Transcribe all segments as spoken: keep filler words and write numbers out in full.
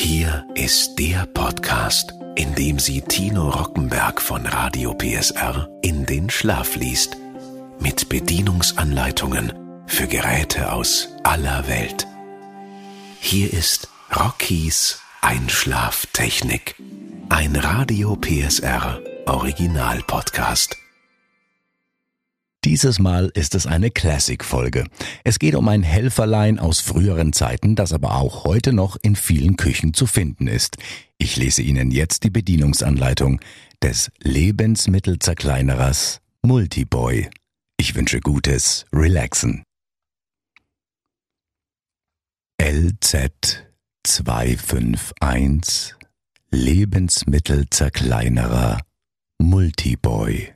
Hier ist der Podcast, in dem sie Tino Rockenberg von Radio P S R in den Schlaf liest. Mit Bedienungsanleitungen für Geräte aus aller Welt. Hier ist Rockies Einschlaftechnik. Ein Radio P S R Original Podcast. Dieses Mal ist es eine Classic-Folge. Es geht um ein Helferlein aus früheren Zeiten, das aber auch heute noch in vielen Küchen zu finden ist. Ich lese Ihnen jetzt die Bedienungsanleitung des Lebensmittelzerkleinerers Multiboy. Ich wünsche gutes Relaxen. L Z zwei fünf eins Lebensmittelzerkleinerer Multiboy.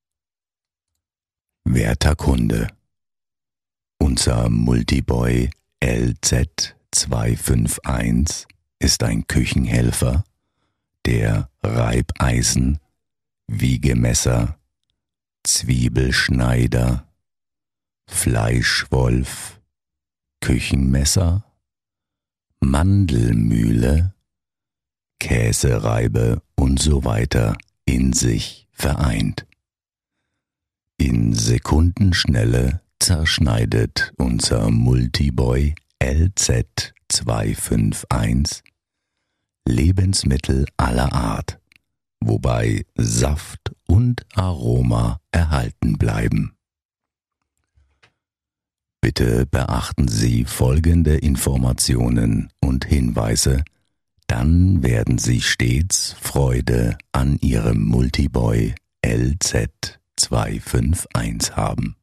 Werter Kunde, unser Multiboy L Z zwei fünf eins ist ein Küchenhelfer, der Reibeisen, Wiegemesser, Zwiebelschneider, Fleischwolf, Küchenmesser, Mandelmühle, Käsereibe und so weiter in sich vereint. In Sekundenschnelle zerschneidet unser Multiboy L Z zwei fünf eins Lebensmittel aller Art, wobei Saft und Aroma erhalten bleiben. Bitte beachten Sie folgende Informationen und Hinweise, dann werden Sie stets Freude an Ihrem Multiboy L Z zwei fünf eins haben.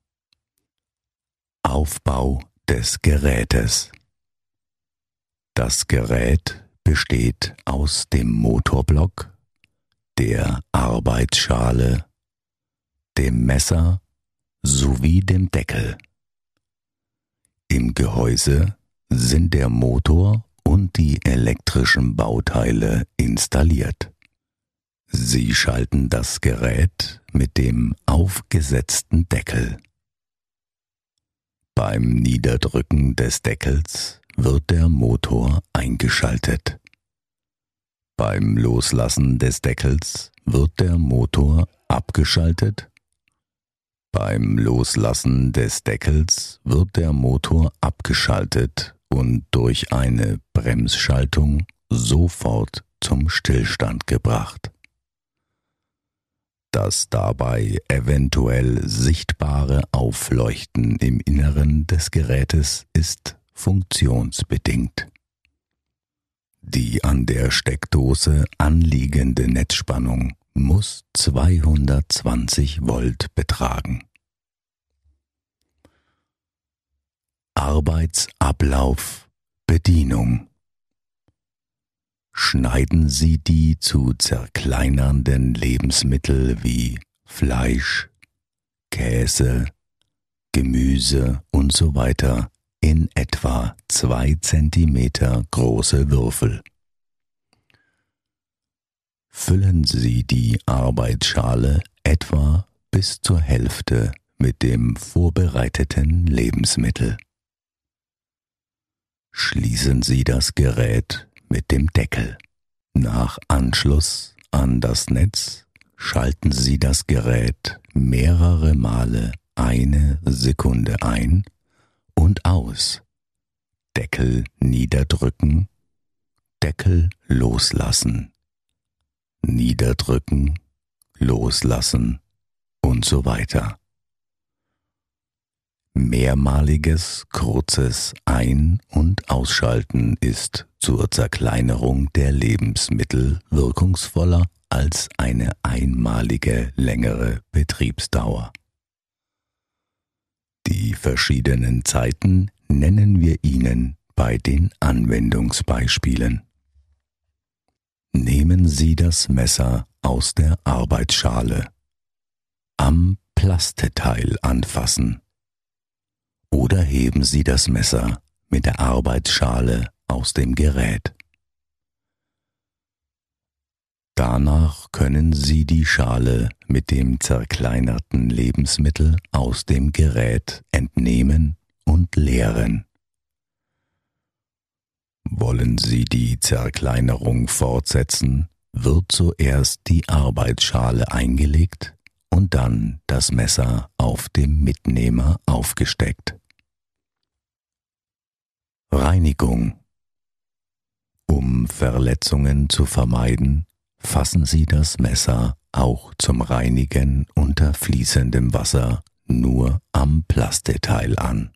Aufbau des Gerätes. Das Gerät besteht aus dem Motorblock, der Arbeitsschale, dem Messer sowie dem Deckel. Im Gehäuse sind der Motor und die elektrischen Bauteile installiert. Sie schalten das Gerät mit dem aufgesetzten Deckel. Beim Niederdrücken des Deckels wird der Motor eingeschaltet. Beim Loslassen des Deckels wird der Motor abgeschaltet. Beim Loslassen des Deckels wird der Motor abgeschaltet und durch eine Bremsschaltung sofort zum Stillstand gebracht. Das dabei eventuell sichtbare Aufleuchten im Inneren des Gerätes ist funktionsbedingt. Die an der Steckdose anliegende Netzspannung muss zweihundertzwanzig Volt betragen. Arbeitsablauf, Bedienung. Schneiden Sie die zu zerkleinernden Lebensmittel wie Fleisch, Käse, Gemüse und so weiter in etwa zwei Zentimeter große Würfel. Füllen Sie die Arbeitsschale etwa bis zur Hälfte mit dem vorbereiteten Lebensmittel. Schließen Sie das Gerät mit dem Deckel. Nach Anschluss an das Netz schalten Sie das Gerät mehrere Male eine Sekunde ein und aus. Deckel niederdrücken, Deckel loslassen, niederdrücken, loslassen und so weiter. Mehrmaliges kurzes Ein- und Ausschalten ist zur Zerkleinerung der Lebensmittel wirkungsvoller als eine einmalige längere Betriebsdauer. Die verschiedenen Zeiten nennen wir Ihnen bei den Anwendungsbeispielen. Nehmen Sie das Messer aus der Arbeitsschale. Am Plasteteil anfassen. Oder heben Sie das Messer mit der Arbeitsschale aus dem Gerät. Danach können Sie die Schale mit dem zerkleinerten Lebensmittel aus dem Gerät entnehmen und leeren. Wollen Sie die Zerkleinerung fortsetzen, wird zuerst die Arbeitsschale eingelegt und dann das Messer auf dem Mitnehmer aufgesteckt. Reinigung. Um Verletzungen zu vermeiden, fassen Sie das Messer auch zum Reinigen unter fließendem Wasser nur am Plastdetail an.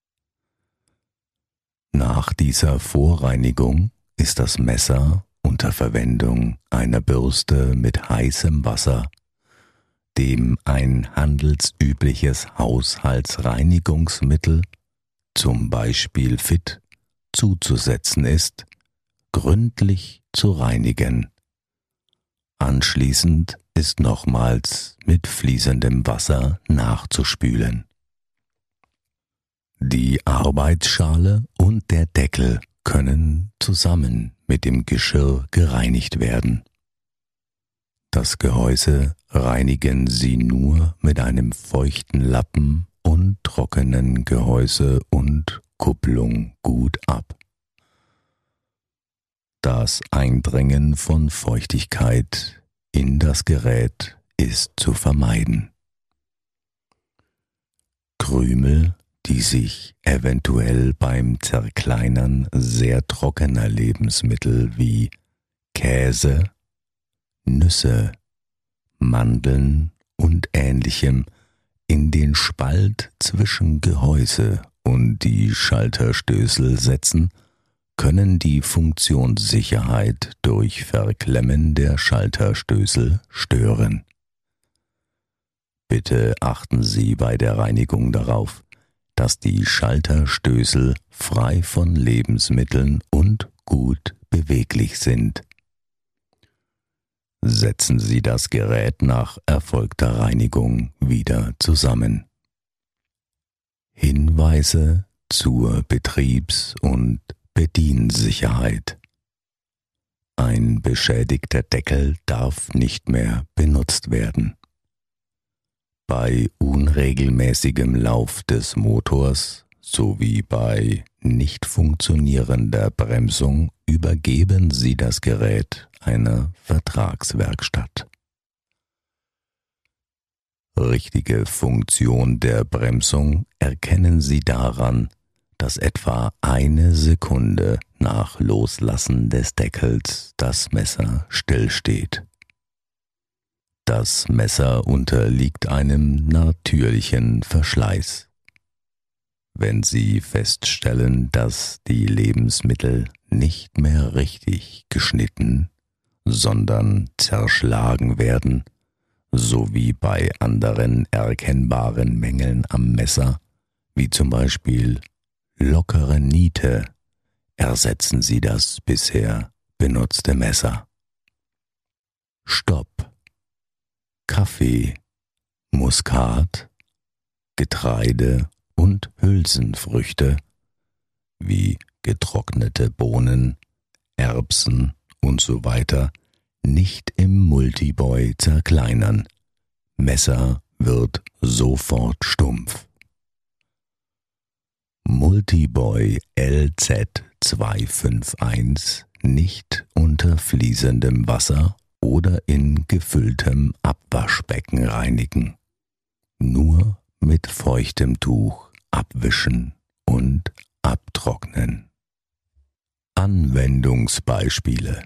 Nach dieser Vorreinigung ist das Messer unter Verwendung einer Bürste mit heißem Wasser, dem ein handelsübliches Haushaltsreinigungsmittel, zum Beispiel Fit, zuzusetzen ist, gründlich zu reinigen. Anschließend ist nochmals mit fließendem Wasser nachzuspülen. Die Arbeitsschale und der Deckel können zusammen mit dem Geschirr gereinigt werden. Das Gehäuse reinigen Sie nur mit einem feuchten Lappen und trockenen Gehäuse und Kupplung gut ab. Das Eindringen von Feuchtigkeit in das Gerät ist zu vermeiden. Krümel, die sich eventuell beim Zerkleinern sehr trockener Lebensmittel wie Käse, Nüsse, Mandeln und Ähnlichem in den Spalt zwischen Gehäuse und die Schalterstößel setzen, können die Funktionssicherheit durch Verklemmen der Schalterstößel stören. Bitte achten Sie bei der Reinigung darauf, dass die Schalterstößel frei von Lebensmitteln und gut beweglich sind. Setzen Sie das Gerät nach erfolgter Reinigung wieder zusammen. Hinweise zur Betriebs- und Bediensicherheit. Ein beschädigter Deckel darf nicht mehr benutzt werden. Bei unregelmäßigem Lauf des Motors sowie bei nicht funktionierender Bremsung übergeben Sie das Gerät einer Vertragswerkstatt. Richtige Funktion der Bremsung erkennen Sie daran, dass etwa eine Sekunde nach Loslassen des Deckels das Messer stillsteht. Das Messer unterliegt einem natürlichen Verschleiß. Wenn Sie feststellen, dass die Lebensmittel nicht mehr richtig geschnitten, sondern zerschlagen werden, sowie bei anderen erkennbaren Mängeln am Messer, wie zum Beispiel lockere Niete, ersetzen Sie das bisher benutzte Messer. Stopp. Kaffee, Muskat, Getreide und Hülsenfrüchte wie getrocknete Bohnen, Erbsen und so weiter nicht im Multiboy zerkleinern. Messer wird sofort stumpf. Multiboy L Z zwei fünf eins nicht unter fließendem Wasser oder in gefülltem Abwaschbecken reinigen. Nur mit feuchtem Tuch abwischen und abtrocknen. Anwendungsbeispiele.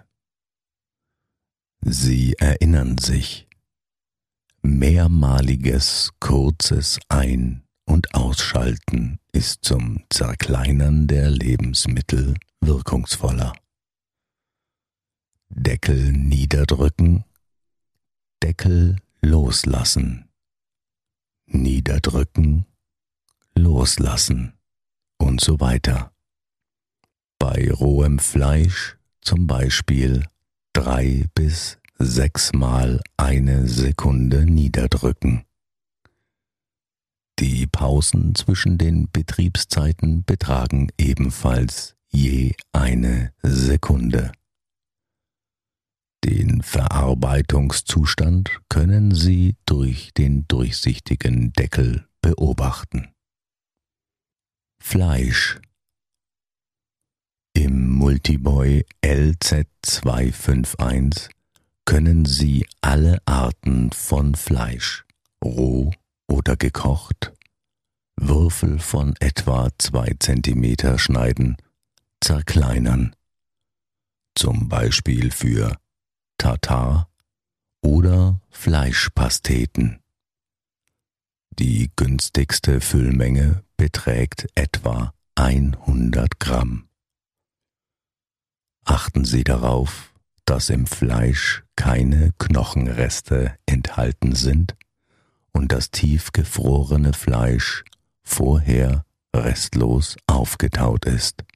Sie erinnern sich, mehrmaliges kurzes Ein- und Ausschalten ist zum Zerkleinern der Lebensmittel wirkungsvoller. Deckel niederdrücken, Deckel loslassen, niederdrücken, loslassen und so weiter. Bei rohem Fleisch zum Beispiel drei bis sechsmal eine Sekunde niederdrücken. Die Pausen zwischen den Betriebszeiten betragen ebenfalls je eine Sekunde. Den Verarbeitungszustand können Sie durch den durchsichtigen Deckel beobachten. Fleisch. Im Multiboy L Z zwei fünf eins können Sie alle Arten von Fleisch, roh oder gekocht, Würfel von etwa zwei Zentimeter schneiden, zerkleinern, zum Beispiel für Tatar oder Fleischpasteten. Die günstigste Füllmenge beträgt etwa hundert Gramm. Achten Sie darauf, dass im Fleisch keine Knochenreste enthalten sind und das tiefgefrorene Fleisch vorher restlos aufgetaut ist.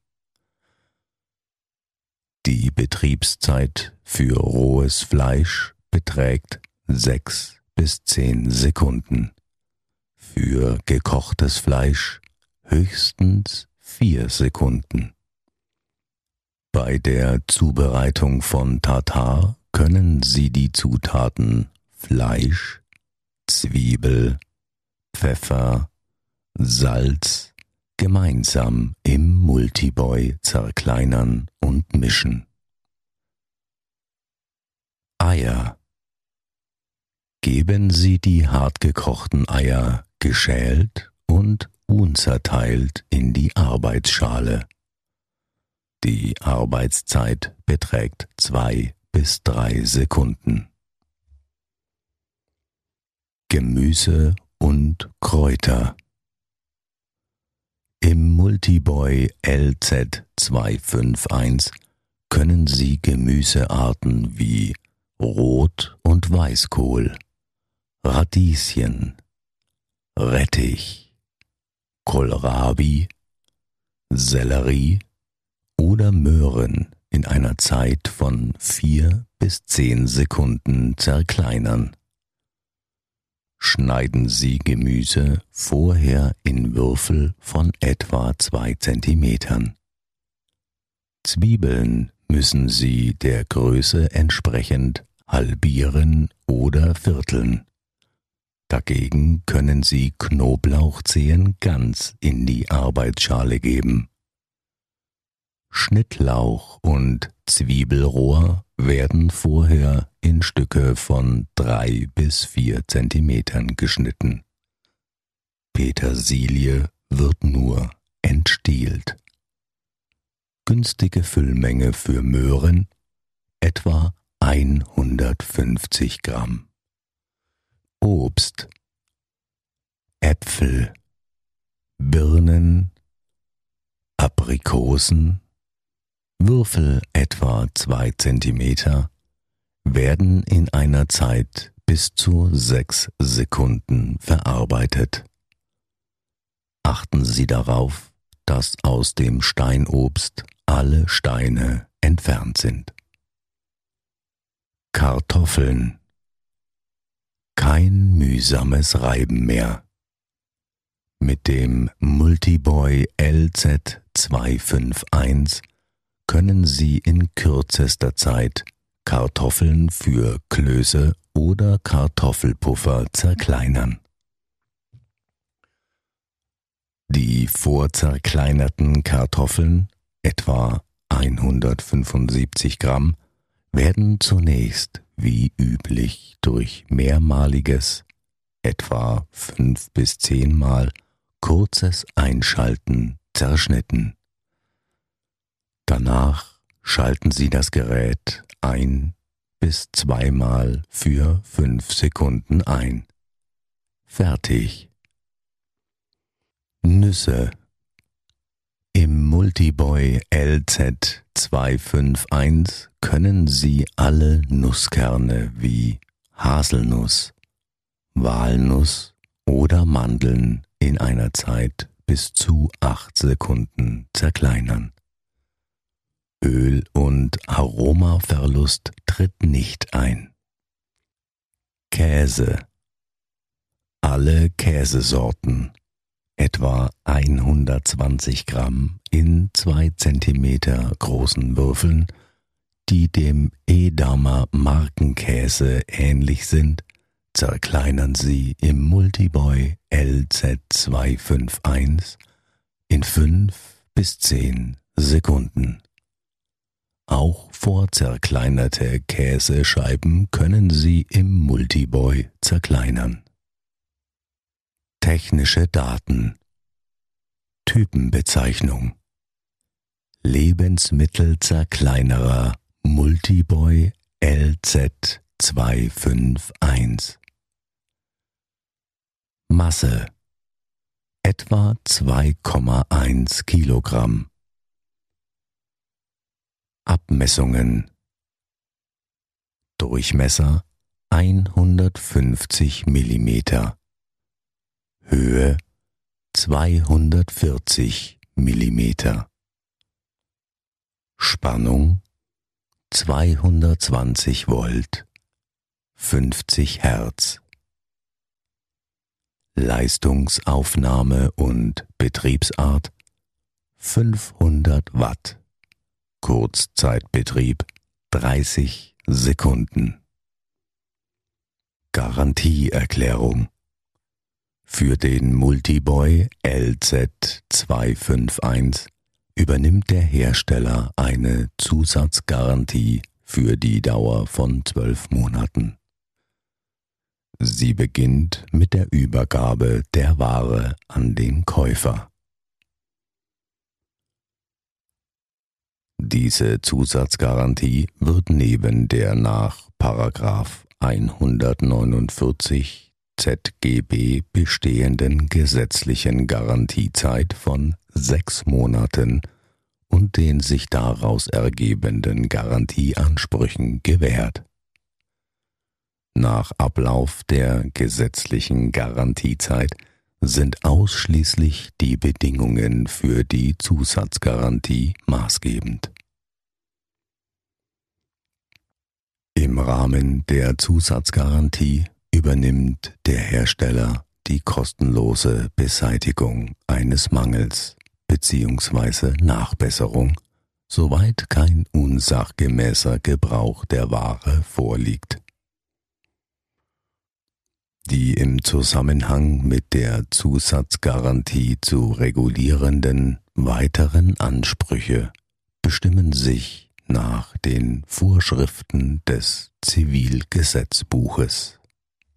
Die Betriebszeit für rohes Fleisch beträgt sechs bis zehn Sekunden, für gekochtes Fleisch höchstens vier Sekunden. Bei der Zubereitung von Tatar können Sie die Zutaten Fleisch, Zwiebel, Pfeffer, Salz gemeinsam im Multiboy zerkleinern und mischen. Eier. Geben Sie die hartgekochten Eier geschält und unzerteilt in die Arbeitsschale. Die Arbeitszeit beträgt zwei bis drei Sekunden. Gemüse und Kräuter. Im Multiboy L Z zwei fünf eins können Sie Gemüsearten wie Rot- und Weißkohl, Radieschen, Rettich, Kohlrabi, Sellerie oder Möhren in einer Zeit von vier bis zehn Sekunden zerkleinern. Schneiden Sie Gemüse vorher in Würfel von etwa zwei Zentimetern. Zwiebeln müssen Sie der Größe entsprechend halbieren oder vierteln. Dagegen können Sie Knoblauchzehen ganz in die Arbeitsschale geben. Schnittlauch und Zwiebelrohr werden vorher in Stücke von drei bis vier Zentimetern geschnitten. Petersilie wird nur entstielt. Günstige Füllmenge für Möhren etwa hundertfünfzig Gramm. Obst: Äpfel, Birnen, Aprikosen, Würfel etwa zwei Zentimeter, werden in einer Zeit bis zu sechs Sekunden verarbeitet. Achten Sie darauf, dass aus dem Steinobst alle Steine entfernt sind. Kartoffeln. Kein mühsames Reiben mehr. Mit dem Multiboy L Z zwei fünf eins können Sie in kürzester Zeit Kartoffeln für Klöße oder Kartoffelpuffer zerkleinern. Die vorzerkleinerten Kartoffeln, etwa hundertfünfundsiebzig Gramm, werden zunächst wie üblich durch mehrmaliges, etwa fünf bis zehnmal kurzes Einschalten zerschnitten. Danach schalten Sie das Gerät ein bis zweimal für fünf Sekunden ein. Fertig. Nüsse. Im Multiboy L Z zwei fünf eins können Sie alle Nusskerne wie Haselnuss, Walnuss oder Mandeln in einer Zeit bis zu acht Sekunden zerkleinern. Öl- und Aromaverlust tritt nicht ein. Käse. Alle Käsesorten, etwa hundertzwanzig Gramm in zwei Zentimeter großen Würfeln, die dem Edamer Markenkäse ähnlich sind, zerkleinern Sie im Multiboy L Z zwei fünf eins in fünf bis zehn Sekunden. Auch vorzerkleinerte Käsescheiben können Sie im Multiboy zerkleinern. Technische Daten: Typenbezeichnung: Lebensmittelzerkleinerer Multiboy L Z zwei fünf eins. Masse: etwa zwei Komma eins Kilogramm. Abmessungen: Durchmesser hundertfünfzig Millimeter, Höhe zweihundertvierzig Millimeter, Spannung zweihundertzwanzig Volt, fünfzig Hertz. Leistungsaufnahme und Betriebsart fünfhundert Watt, Kurzzeitbetrieb dreißig Sekunden. Garantieerklärung: Für den Multiboy L Z zwei fünf eins übernimmt der Hersteller eine Zusatzgarantie für die Dauer von zwölf Monaten. Sie beginnt mit der Übergabe der Ware an den Käufer. Diese Zusatzgarantie wird neben der nach Paragraph hundertneunundvierzig Z G B bestehenden gesetzlichen Garantiezeit von sechs Monaten und den sich daraus ergebenden Garantieansprüchen gewährt. Nach Ablauf der gesetzlichen Garantiezeit sind ausschließlich die Bedingungen für die Zusatzgarantie maßgebend. Im Rahmen der Zusatzgarantie übernimmt der Hersteller die kostenlose Beseitigung eines Mangels bzw. Nachbesserung, soweit kein unsachgemäßer Gebrauch der Ware vorliegt. Die im Zusammenhang mit der Zusatzgarantie zu regulierenden weiteren Ansprüche bestimmen sich nach den Vorschriften des Zivilgesetzbuches.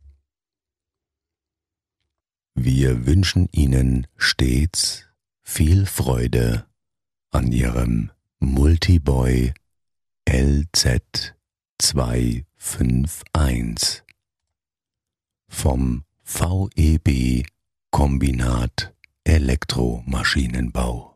Wir wünschen Ihnen stets viel Freude an Ihrem Multiboy L Z zwei fünf eins vom V E B Kombinat Elektromaschinenbau.